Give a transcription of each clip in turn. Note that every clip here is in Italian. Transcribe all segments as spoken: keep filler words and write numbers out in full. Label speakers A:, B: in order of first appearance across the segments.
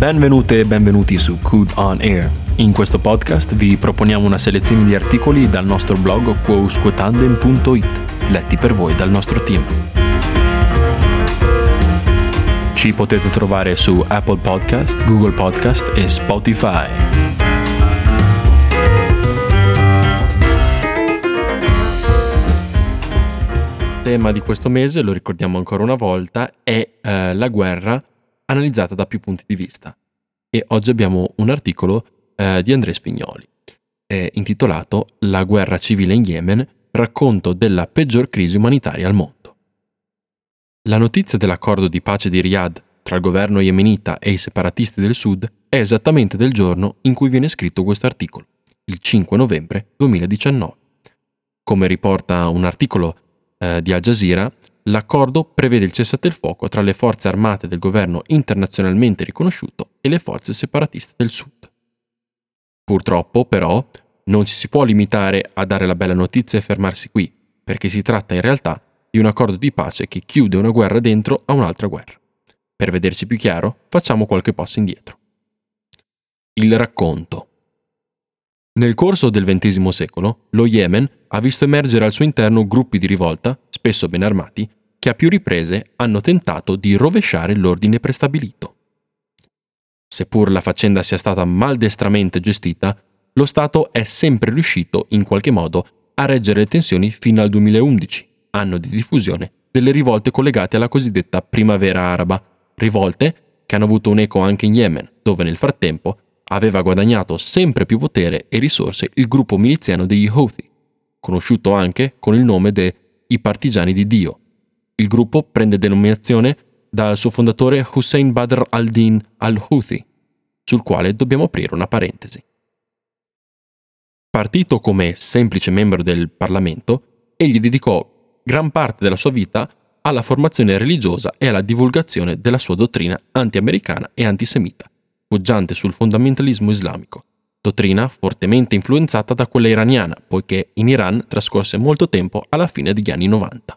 A: Benvenute e benvenuti su Q On Air. In questo podcast vi proponiamo una selezione di articoli dal nostro blog quousquotandem punto it, letti per voi dal nostro team. Ci potete trovare su Apple Podcast, Google Podcast e Spotify. Il tema di questo mese, lo ricordiamo ancora una volta, è eh, la guerra analizzata da più punti di vista. E oggi abbiamo un articolo eh, di Andrea Spignoli, eh, intitolato La guerra civile in Yemen, racconto della peggior crisi umanitaria al mondo. La notizia dell'accordo di pace di Riyadh tra il governo yemenita e i separatisti del sud è esattamente del giorno in cui viene scritto questo articolo, il cinque novembre duemiladiciannove. Come riporta un articolo eh, di Al Jazeera, l'accordo prevede il cessate-il-fuoco tra le forze armate del governo internazionalmente riconosciuto e le forze separatiste del sud. Purtroppo, però, non ci si può limitare a dare la bella notizia e fermarsi qui, perché si tratta in realtà di un accordo di pace che chiude una guerra dentro a un'altra guerra. Per vederci più chiaro, facciamo qualche passo indietro. Il racconto. Nel corso del ventesimo secolo, lo Yemen ha visto emergere al suo interno gruppi di rivolta, spesso ben armati, che a più riprese hanno tentato di rovesciare l'ordine prestabilito. Seppur la faccenda sia stata maldestramente gestita, lo Stato è sempre riuscito, in qualche modo, a reggere le tensioni fino al duemilaundici, anno di diffusione delle rivolte collegate alla cosiddetta Primavera Araba, rivolte che hanno avuto un'eco anche in Yemen, dove nel frattempo aveva guadagnato sempre più potere e risorse il gruppo miliziano degli Houthi, conosciuto anche con il nome dei Partigiani di Dio. Il gruppo prende denominazione dal suo fondatore Hussein Badr al-Din al-Houthi, sul quale dobbiamo aprire una parentesi. Partito come semplice membro del Parlamento, egli dedicò gran parte della sua vita alla formazione religiosa e alla divulgazione della sua dottrina anti-americana e antisemita, poggiante sul fondamentalismo islamico, dottrina fortemente influenzata da quella iraniana, poiché in Iran trascorse molto tempo alla fine degli anni novanta.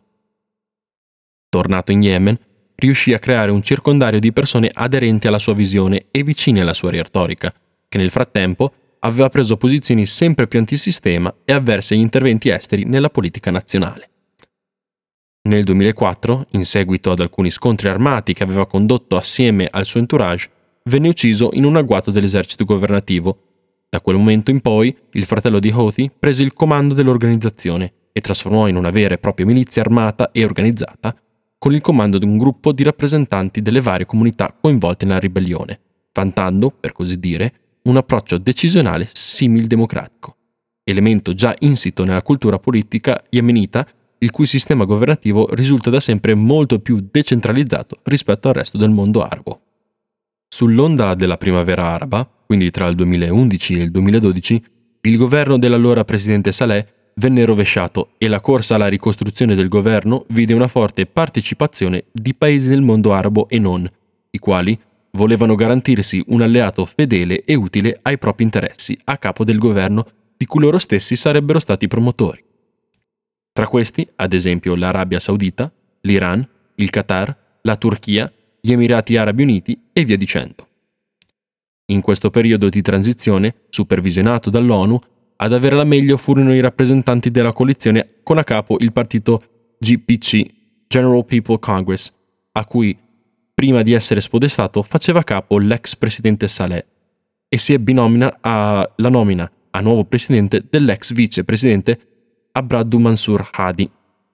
A: Tornato in Yemen, riuscì a creare un circondario di persone aderenti alla sua visione e vicine alla sua retorica, che nel frattempo aveva preso posizioni sempre più antisistema e avverse agli interventi esteri nella politica nazionale. Nel duemilaquattro, in seguito ad alcuni scontri armati che aveva condotto assieme al suo entourage, venne ucciso in un agguato dell'esercito governativo. Da quel momento in poi, il fratello di Houthi prese il comando dell'organizzazione e trasformò in una vera e propria milizia armata e organizzata, con il comando di un gruppo di rappresentanti delle varie comunità coinvolte nella ribellione, vantando, per così dire, un approccio decisionale simil-democratico, elemento già insito nella cultura politica yemenita, il cui sistema governativo risulta da sempre molto più decentralizzato rispetto al resto del mondo arabo. Sull'onda della primavera araba, quindi tra il duemilaundici e il duemiladodici, il governo dell'allora presidente Saleh venne rovesciato e la corsa alla ricostruzione del governo vide una forte partecipazione di paesi del mondo arabo e non, i quali volevano garantirsi un alleato fedele e utile ai propri interessi a capo del governo di cui loro stessi sarebbero stati promotori. Tra questi, ad esempio, l'Arabia Saudita, l'Iran, il Qatar, la Turchia, gli Emirati Arabi Uniti e via dicendo. In questo periodo di transizione, supervisionato dall'ONU, ad avere la meglio furono i rappresentanti della coalizione con a capo il partito G P C, General People Congress, a cui, prima di essere spodestato, faceva capo l'ex presidente Saleh, e si ebbe nomina a, la nomina a nuovo presidente dell'ex vicepresidente Abdullah Mansur Hadi.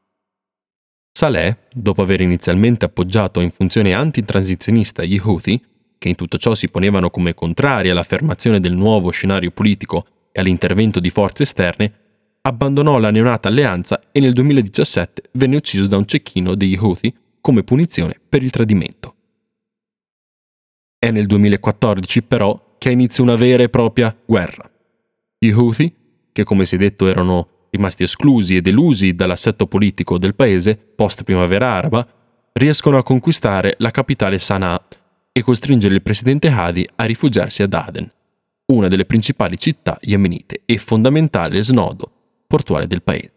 A: Saleh, dopo aver inizialmente appoggiato in funzione antitransizionista gli Houthi, che in tutto ciò si ponevano come contrari all'affermazione del nuovo scenario politico e all'intervento di forze esterne, abbandonò la neonata alleanza e nel duemiladiciassette venne ucciso da un cecchino degli Houthi come punizione per il tradimento. È nel duemilaquattordici però che inizia una vera e propria guerra. Gli Houthi, che come si è detto erano rimasti esclusi e delusi dall'assetto politico del paese post-primavera araba, riescono a conquistare la capitale Sana'a e costringere il presidente Hadi a rifugiarsi ad Aden, una delle principali città yemenite e fondamentale snodo portuale del paese.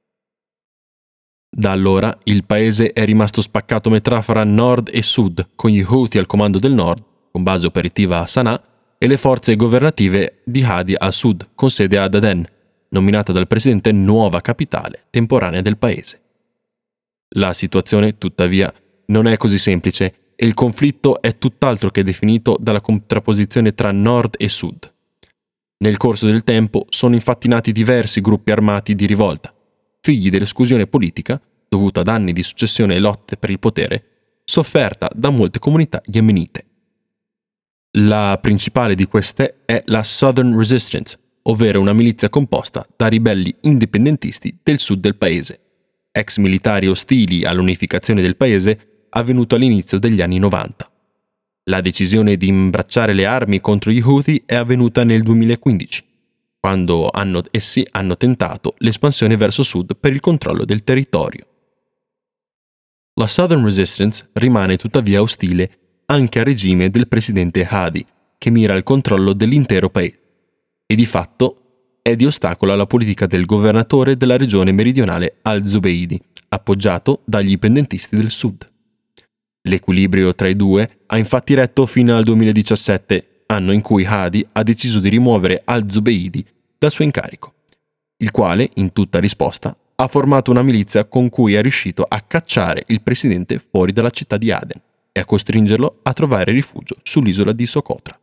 A: Da allora il paese è rimasto spaccato a metà fra nord e sud, con gli Houthi al comando del nord con base operativa a Sana'a, e le forze governative di Hadi al sud, con sede ad Aden, nominata dal presidente nuova capitale temporanea del paese. La situazione, tuttavia, non è così semplice e il conflitto è tutt'altro che definito dalla contrapposizione tra nord e sud. Nel corso del tempo sono infatti nati diversi gruppi armati di rivolta, figli dell'esclusione politica, dovuta ad anni di successione e lotte per il potere, sofferta da molte comunità yemenite. La principale di queste è la Southern Resistance, ovvero una milizia composta da ribelli indipendentisti del sud del paese, ex militari ostili all'unificazione del paese avvenuto all'inizio degli anni novanta. La decisione di imbracciare le armi contro gli Houthi è avvenuta nel duemilaquindici, quando hanno, essi hanno tentato l'espansione verso sud per il controllo del territorio. La Southern Resistance rimane tuttavia ostile anche al regime del presidente Hadi, che mira al controllo dell'intero paese, e di fatto è di ostacolo alla politica del governatore della regione meridionale al-Zubeidi, appoggiato dagli indipendentisti del sud. L'equilibrio tra i due ha infatti retto fino al duemiladiciassette, anno in cui Hadi ha deciso di rimuovere al-Zubeidi dal suo incarico, il quale, in tutta risposta, ha formato una milizia con cui è riuscito a cacciare il presidente fuori dalla città di Aden e a costringerlo a trovare rifugio sull'isola di Socotra.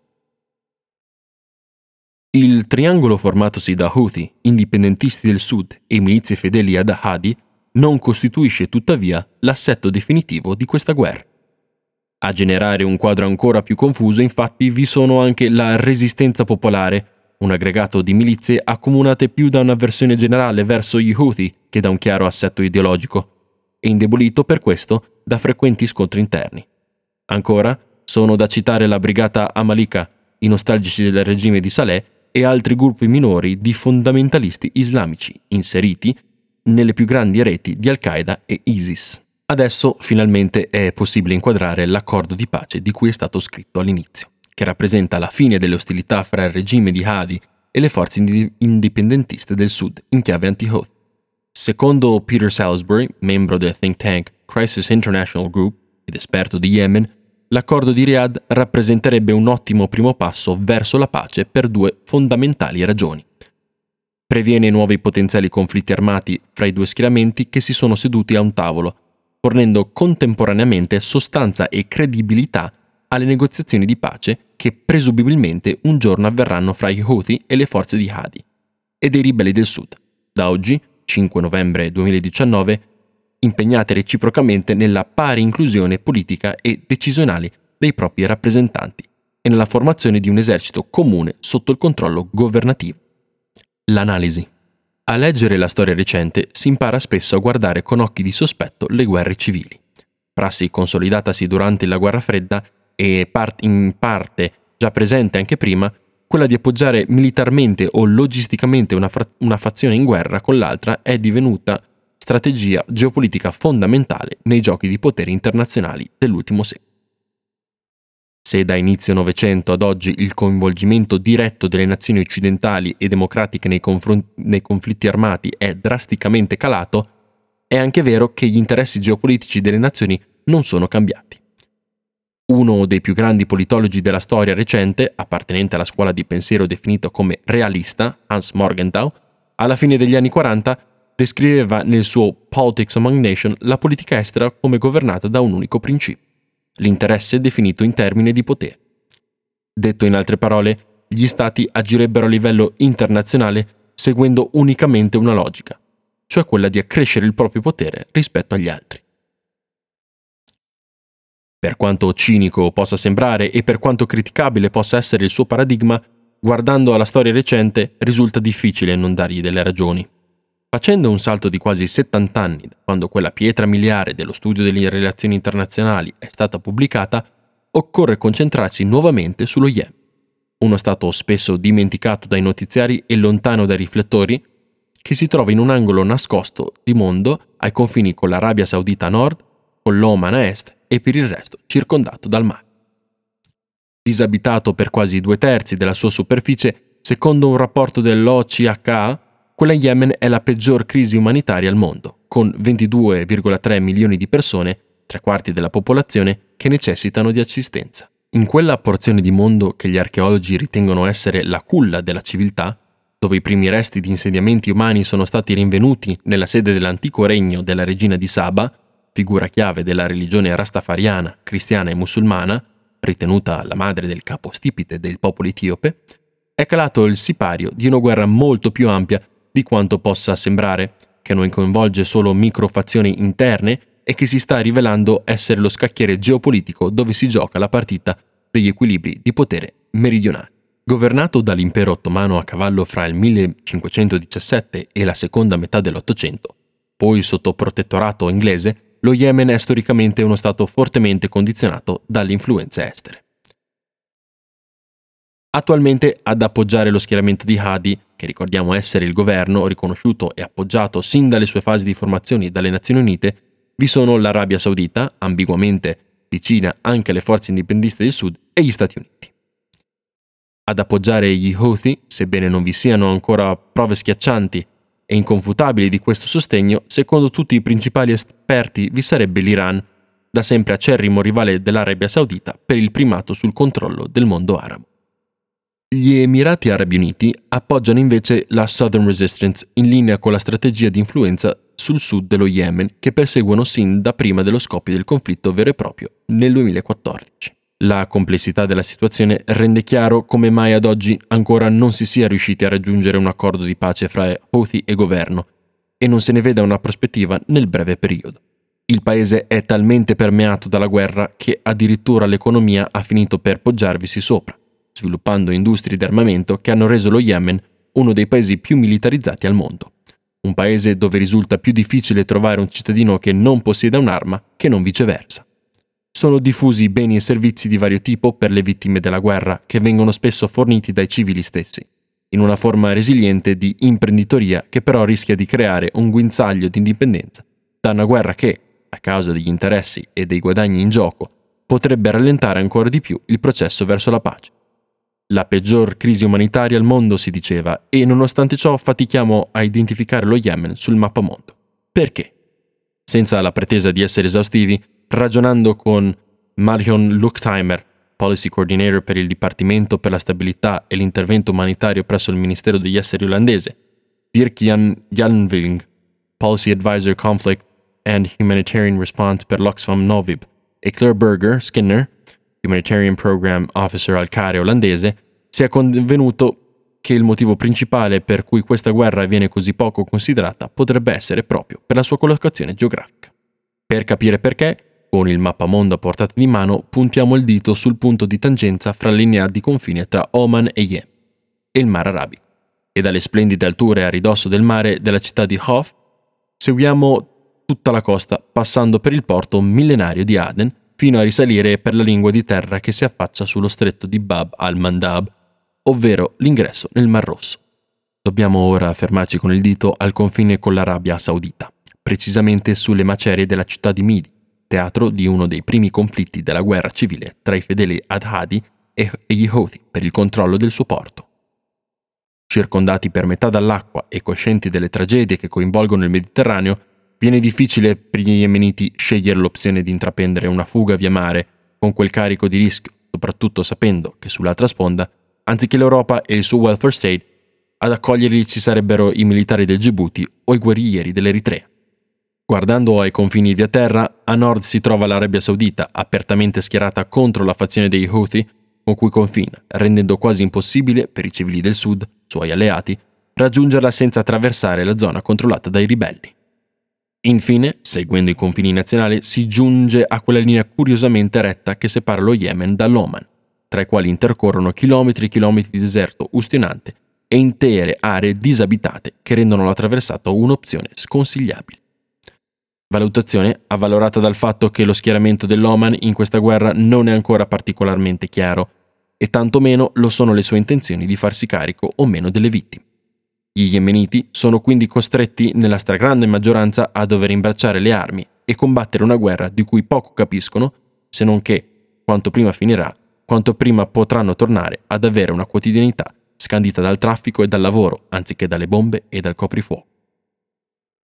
A: Il triangolo formatosi da Houthi, indipendentisti del sud e milizie fedeli ad Hadi non costituisce tuttavia l'assetto definitivo di questa guerra. A generare un quadro ancora più confuso, infatti, vi sono anche la Resistenza Popolare, un aggregato di milizie accomunate più da un'avversione generale verso gli Houthi che da un chiaro assetto ideologico, e indebolito per questo da frequenti scontri interni. Ancora, sono da citare la Brigata Amalika, i nostalgici del regime di Saleh, e altri gruppi minori di fondamentalisti islamici inseriti nelle più grandi reti di Al-Qaeda e ISIS. Adesso finalmente è possibile inquadrare l'accordo di pace di cui è stato scritto all'inizio, che rappresenta la fine delle ostilità fra il regime di Hadi e le forze indipendentiste del sud in chiave anti-Houthi. Secondo Peter Salisbury, membro del think tank Crisis International Group ed esperto di Yemen, l'accordo di Riyadh rappresenterebbe un ottimo primo passo verso la pace per due fondamentali ragioni. Previene nuovi potenziali conflitti armati fra i due schieramenti che si sono seduti a un tavolo, fornendo contemporaneamente sostanza e credibilità alle negoziazioni di pace che presumibilmente un giorno avverranno fra gli Houthi e le forze di Hadi e dei ribelli del sud, da oggi, cinque novembre duemiladiciannove, impegnate reciprocamente nella pari inclusione politica e decisionale dei propri rappresentanti e nella formazione di un esercito comune sotto il controllo governativo. L'analisi. A leggere la storia recente si impara spesso a guardare con occhi di sospetto le guerre civili, prassi consolidatasi durante la guerra fredda e part- in parte già presente anche prima, quella di appoggiare militarmente o logisticamente una, fra- una fazione in guerra con l'altra è divenuta strategia geopolitica fondamentale nei giochi di potere internazionali dell'ultimo secolo. Se da inizio Novecento ad oggi il coinvolgimento diretto delle nazioni occidentali e democratiche nei, confront- nei conflitti armati è drasticamente calato, è anche vero che gli interessi geopolitici delle nazioni non sono cambiati. Uno dei più grandi politologi della storia recente, appartenente alla scuola di pensiero definito come realista, Hans Morgenthau, alla fine degli anni quaranta descriveva nel suo Politics Among Nations la politica estera come governata da un unico principio: l'interesse definito in termini di potere. Detto in altre parole, gli stati agirebbero a livello internazionale seguendo unicamente una logica, cioè quella di accrescere il proprio potere rispetto agli altri. Per quanto cinico possa sembrare e per quanto criticabile possa essere il suo paradigma, guardando alla storia recente risulta difficile non dargli delle ragioni. Facendo un salto di quasi settanta anni da quando quella pietra miliare dello studio delle relazioni internazionali è stata pubblicata, occorre concentrarsi nuovamente sullo Yemen, uno stato spesso dimenticato dai notiziari e lontano dai riflettori, che si trova in un angolo nascosto di mondo ai confini con l'Arabia Saudita a nord, con l'Oman a est e per il resto circondato dal mare. Disabitato per quasi due terzi della sua superficie, secondo un rapporto dell'O C H A, quella in Yemen è la peggior crisi umanitaria al mondo, con ventidue virgola tre milioni di persone, tre quarti della popolazione, che necessitano di assistenza. In quella porzione di mondo che gli archeologi ritengono essere la culla della civiltà, dove i primi resti di insediamenti umani sono stati rinvenuti nella sede dell'antico regno della regina di Saba, figura chiave della religione rastafariana, cristiana e musulmana, ritenuta la madre del capostipite del popolo etiope, è calato il sipario di una guerra molto più ampia di quanto possa sembrare, che non coinvolge solo microfazioni interne e che si sta rivelando essere lo scacchiere geopolitico dove si gioca la partita degli equilibri di potere meridionali. Governato dall'impero ottomano a cavallo fra il millecinquecentodiciassette e la seconda metà dell'Ottocento, poi sotto protettorato inglese, lo Yemen è storicamente uno stato fortemente condizionato dalle influenze estere. Attualmente ad appoggiare lo schieramento di Hadi, che ricordiamo essere il governo riconosciuto e appoggiato sin dalle sue fasi di formazione dalle Nazioni Unite, vi sono l'Arabia Saudita, ambiguamente vicina anche alle forze indipendiste del Sud, e gli Stati Uniti. Ad appoggiare gli Houthi, sebbene non vi siano ancora prove schiaccianti e inconfutabili di questo sostegno, secondo tutti i principali esperti vi sarebbe l'Iran, da sempre acerrimo rivale dell'Arabia Saudita per il primato sul controllo del mondo arabo. Gli Emirati Arabi Uniti appoggiano invece la Southern Resistance in linea con la strategia di influenza sul sud dello Yemen che perseguono sin da prima dello scoppio del conflitto vero e proprio nel duemilaquattordici. La complessità della situazione rende chiaro come mai ad oggi ancora non si sia riusciti a raggiungere un accordo di pace fra Houthi e governo e non se ne veda una prospettiva nel breve periodo. Il paese è talmente permeato dalla guerra che addirittura l'economia ha finito per poggiarvisi sopra, sviluppando industrie di armamento che hanno reso lo Yemen uno dei paesi più militarizzati al mondo. Un paese dove risulta più difficile trovare un cittadino che non possieda un'arma che non viceversa. Sono diffusi beni e servizi di vario tipo per le vittime della guerra che vengono spesso forniti dai civili stessi, in una forma resiliente di imprenditoria che però rischia di creare un guinzaglio di indipendenza da una guerra che, a causa degli interessi e dei guadagni in gioco, potrebbe rallentare ancora di più il processo verso la pace. La peggior crisi umanitaria al mondo, si diceva, e nonostante ciò fatichiamo a identificare lo Yemen sul mappamondo. Perché? Senza la pretesa di essere esaustivi, ragionando con Marion Luchtheimer, Policy Coordinator per il Dipartimento per la Stabilità e l'Intervento Umanitario presso il Ministero degli Esteri olandese, Dirk-Jan Janving, Policy Advisor Conflict and Humanitarian Response per l'Oxfam Novib, e Claire Berger Skinner, Humanitarian Program Officer al CARE olandese, si è convenuto che il motivo principale per cui questa guerra viene così poco considerata potrebbe essere proprio per la sua collocazione geografica. Per capire perché, con il mappamondo a portata di mano, puntiamo il dito sul punto di tangenza fra la linea di confine tra Oman e Yemen e il Mar Arabico, e dalle splendide alture a ridosso del mare della città di Hof seguiamo tutta la costa, passando per il porto millenario di Aden, fino a risalire per la lingua di terra che si affaccia sullo stretto di Bab al-Mandab, ovvero l'ingresso nel Mar Rosso. Dobbiamo ora fermarci con il dito al confine con l'Arabia Saudita, precisamente sulle macerie della città di Midi, teatro di uno dei primi conflitti della guerra civile tra i fedeli ad Hadi e gli Houthi per il controllo del suo porto. Circondati per metà dall'acqua e coscienti delle tragedie che coinvolgono il Mediterraneo, viene difficile per gli yemeniti scegliere l'opzione di intraprendere una fuga via mare con quel carico di rischio, soprattutto sapendo che sull'altra sponda, anziché l'Europa e il suo welfare state, ad accoglierli ci sarebbero i militari del Djibouti o i guerriglieri dell'Eritrea. Guardando ai confini via terra, a nord si trova l'Arabia Saudita, apertamente schierata contro la fazione dei Houthi, con cui confina, rendendo quasi impossibile per i civili del sud, suoi alleati, raggiungerla senza attraversare la zona controllata dai ribelli. Infine, seguendo i confini nazionali, si giunge a quella linea curiosamente retta che separa lo Yemen dall'Oman, tra i quali intercorrono chilometri e chilometri di deserto ustionante e intere aree disabitate che rendono la traversata un'opzione sconsigliabile. Valutazione avvalorata dal fatto che lo schieramento dell'Oman in questa guerra non è ancora particolarmente chiaro, e tantomeno lo sono le sue intenzioni di farsi carico o meno delle vittime. Gli yemeniti sono quindi costretti nella stragrande maggioranza a dover imbracciare le armi e combattere una guerra di cui poco capiscono, se non che, quanto prima finirà, quanto prima potranno tornare ad avere una quotidianità scandita dal traffico e dal lavoro, anziché dalle bombe e dal coprifuoco.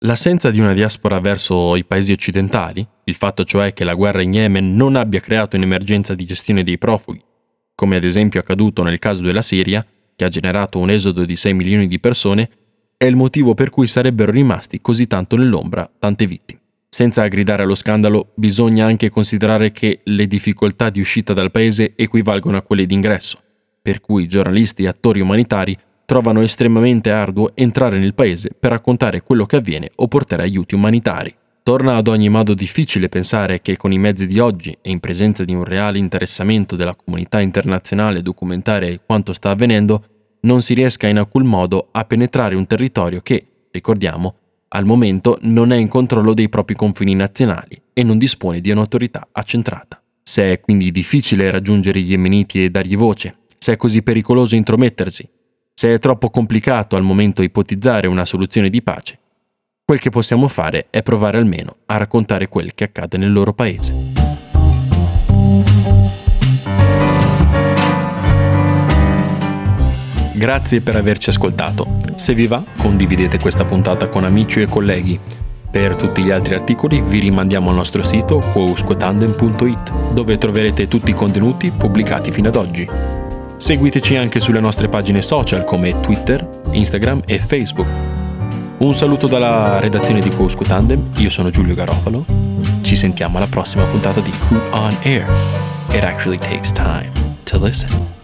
A: L'assenza di una diaspora verso i paesi occidentali, il fatto cioè che la guerra in Yemen non abbia creato un'emergenza di gestione dei profughi, come ad esempio accaduto nel caso della Siria, che ha generato un esodo di sei milioni di persone, è il motivo per cui sarebbero rimasti così tanto nell'ombra tante vittime. Senza gridare allo scandalo, bisogna anche considerare che le difficoltà di uscita dal paese equivalgono a quelle di ingresso, per cui giornalisti e attori umanitari trovano estremamente arduo entrare nel paese per raccontare quello che avviene o portare aiuti umanitari. Torna ad ogni modo difficile pensare che con i mezzi di oggi e in presenza di un reale interessamento della comunità internazionale a documentare quanto sta avvenendo, non si riesca in alcun modo a penetrare un territorio che, ricordiamo, al momento non è in controllo dei propri confini nazionali e non dispone di un'autorità accentrata. Se è quindi difficile raggiungere gli yemeniti e dargli voce, se è così pericoloso intromettersi, se è troppo complicato al momento ipotizzare una soluzione di pace, quel che possiamo fare è provare almeno a raccontare quel che accade nel loro paese. Grazie per averci ascoltato. Se vi va, condividete questa puntata con amici e colleghi. Per tutti gli altri articoli vi rimandiamo al nostro sito quousquotandem punto it, dove troverete tutti i contenuti pubblicati fino ad oggi. Seguiteci anche sulle nostre pagine social come Twitter, Instagram e Facebook. Un saluto dalla redazione di Quousque Tandem, io sono Giulio Garofalo. Ci sentiamo alla prossima puntata di Q on Air. It actually takes time to listen.